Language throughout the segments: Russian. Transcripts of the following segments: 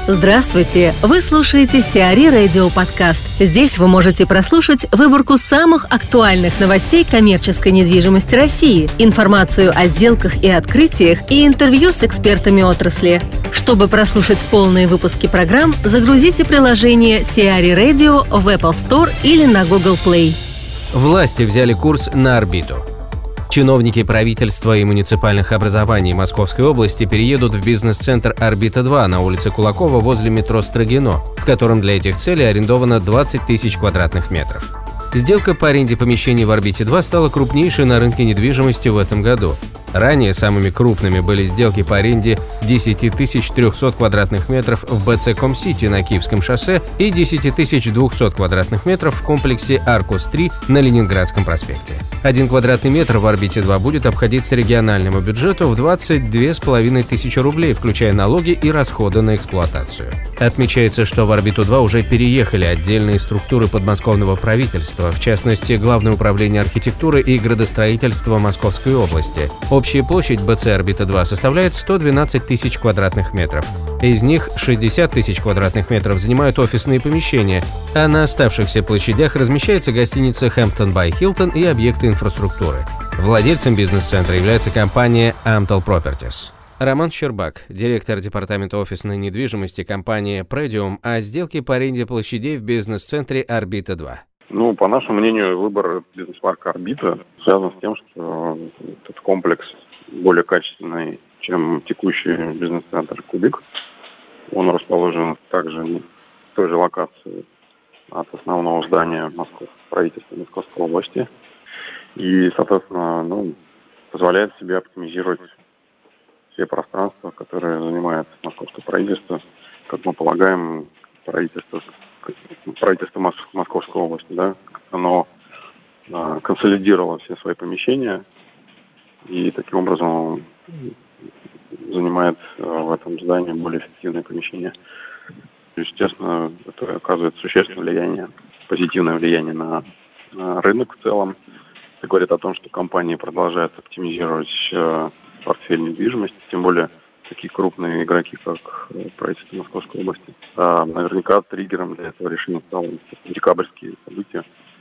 Здравствуйте! Вы слушаете Сиари Радио Подкаст. Здесь вы можете прослушать выборку самых актуальных новостей коммерческой недвижимости России, информацию о сделках и открытиях и интервью с экспертами отрасли. Чтобы прослушать полные выпуски программ, загрузите приложение Сиари Radio в Apple Store или на Google Play. Власти взяли курс на орбиту. Чиновники правительства и муниципальных образований Московской области переедут в бизнес-центр «Орбита-2» на улице Кулакова возле метро Строгино, в котором для этих целей арендовано 20 тысяч квадратных метров. Сделка по аренде помещений в «Орбите-2» стала крупнейшей на рынке недвижимости в этом году. Ранее самыми крупными были сделки по аренде 10 300 квадратных метров в БЦ Комсити на Киевском шоссе и 10 200 квадратных метров в комплексе Аркус-3 на Ленинградском проспекте. 1 квадратный метр в «Орбите-2» будет обходиться региональному бюджету в 22 500 рублей, включая налоги и расходы на эксплуатацию. Отмечается, что в «Орбиту-2» уже переехали отдельные структуры подмосковного правительства, в частности, Главное управление архитектуры и градостроительства Московской области. Общая площадь БЦ «Орбита-2» составляет 112 тысяч квадратных метров. Из них 60 тысяч квадратных метров занимают офисные помещения, а на оставшихся площадях размещается гостиница «Хэмптон бай Хилтон» и объекты инфраструктуры. Владельцем бизнес-центра является компания Amtel Properties. Роман Щербак, директор департамента офисной недвижимости компании Predium, о сделке по аренде площадей в бизнес-центре «Орбита-2». По нашему мнению, выбор бизнес-парка «Орбита» связан с тем, что этот комплекс более качественный, чем текущий бизнес-центр «Кубик». Он расположен также в той же локации от основного здания правительства Московской области. И, соответственно, позволяет себе оптимизировать все пространства, которые занимает московское правительство, как мы полагаем, правительство Московской области, оно консолидировало все свои помещения и таким образом занимает в этом здании более эффективные помещения. Естественно, это оказывает существенное влияние, позитивное влияние на рынок в целом. Это говорит о том, что компания продолжает оптимизировать портфель недвижимости, тем более такие крупные игроки, как правительство Московской области. Наверняка триггером для этого решения стало декабрьские события,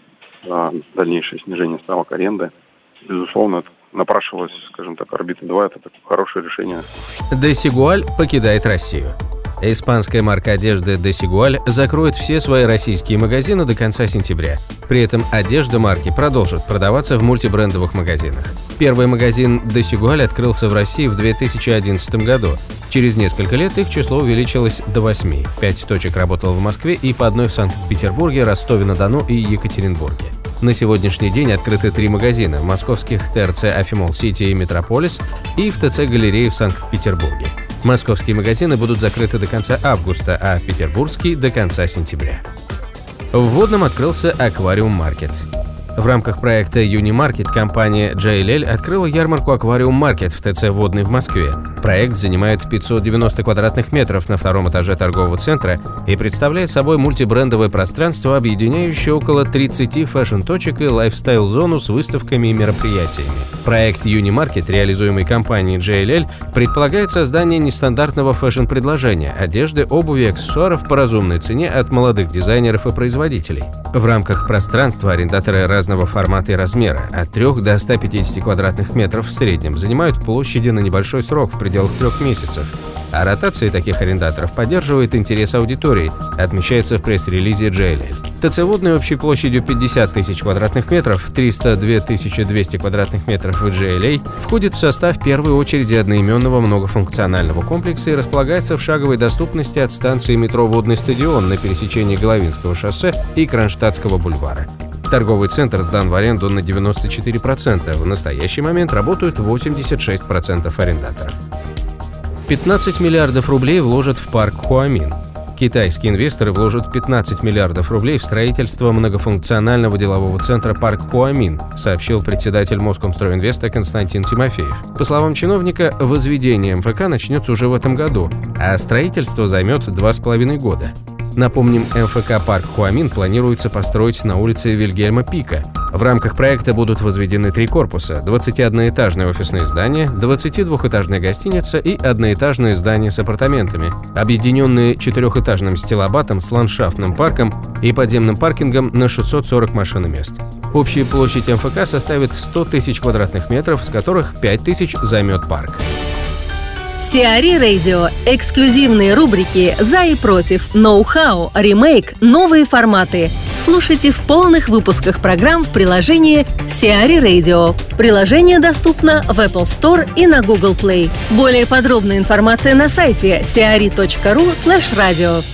дальнейшее снижение ставок аренды. Безусловно, это напрашивалось, «Орбита-2» — это такое хорошее решение. Desigual покидает Россию. Испанская марка одежды Desigual закроет все свои российские магазины до конца сентября. При этом одежда марки продолжит продаваться в мультибрендовых магазинах. Первый магазин Desigual открылся в России в 2011 году. Через несколько лет их число увеличилось до 8. 5 точек работало в Москве и по одной в Санкт-Петербурге, Ростове-на-Дону и Екатеринбурге. На сегодняшний день открыты 3 магазина в московских ТРЦ Афимолл Сити и Метрополис и в ТЦ Галереи в Санкт-Петербурге. Московские магазины будут закрыты до конца августа, а петербургский – до конца сентября. В Водном открылся Аквариум Маркет. В рамках проекта Юнимаркет компания JLL открыла ярмарку Аквариум Маркет в ТЦ Водный в Москве. Проект занимает 590 квадратных метров на втором этаже торгового центра и представляет собой мультибрендовое пространство, объединяющее около 30 фэшн-точек и лайфстайл-зону с выставками и мероприятиями. Проект Юнимаркет, реализуемый компанией JLL, предполагает создание нестандартного фэшн-предложения – одежды, обуви и аксессуаров по разумной цене от молодых дизайнеров и производителей. В рамках пространства арендаторы разного формата и размера, от 3 до 150 квадратных метров в среднем, занимают площади на небольшой срок в пределах 3 месяцев. А ротация таких арендаторов поддерживает интерес аудитории, отмечается в пресс-релизе JLL. ТЦ Водный общей площадью 50 тысяч квадратных метров, 302 200 квадратных метров в JLA, входит в состав первой очереди одноименного многофункционального комплекса и располагается в шаговой доступности от станции метро «Водный стадион» на пересечении Головинского шоссе и Кронштадтского бульвара. Торговый центр сдан в аренду на 94%, в настоящий момент работают 86% арендаторов. 15 миллиардов рублей вложат в парк Хуамин. Китайские инвесторы вложат 15 миллиардов рублей в строительство многофункционального делового центра «Парк Хуамин», сообщил председатель Москомстройинвеста Константин Тимофеев. По словам чиновника, возведение МФК начнется уже в этом году, а строительство займет 2,5 года. Напомним, МФК «Парк Хуамин» планируется построить на улице Вильгельма Пика. В рамках проекта будут возведены 3 корпуса: 21-этажные офисные здания, 22-этажная гостиница и одноэтажное здание с апартаментами, объединенные 4-этажным стилобатом с ландшафтным парком и подземным паркингом на 640 машин и мест. Общая площадь МФК составит 100 тысяч квадратных метров, с которых 5 тысяч займет парк. Сиари Radio. Эксклюзивные рубрики «За и против», «Ноу-хау», «Ремейк», «Новые форматы». Слушайте в полных выпусках программ в приложении Сиари Radio. Приложение доступно в Apple Store и на Google Play. Более подробная информация на сайте siari.ru/radio.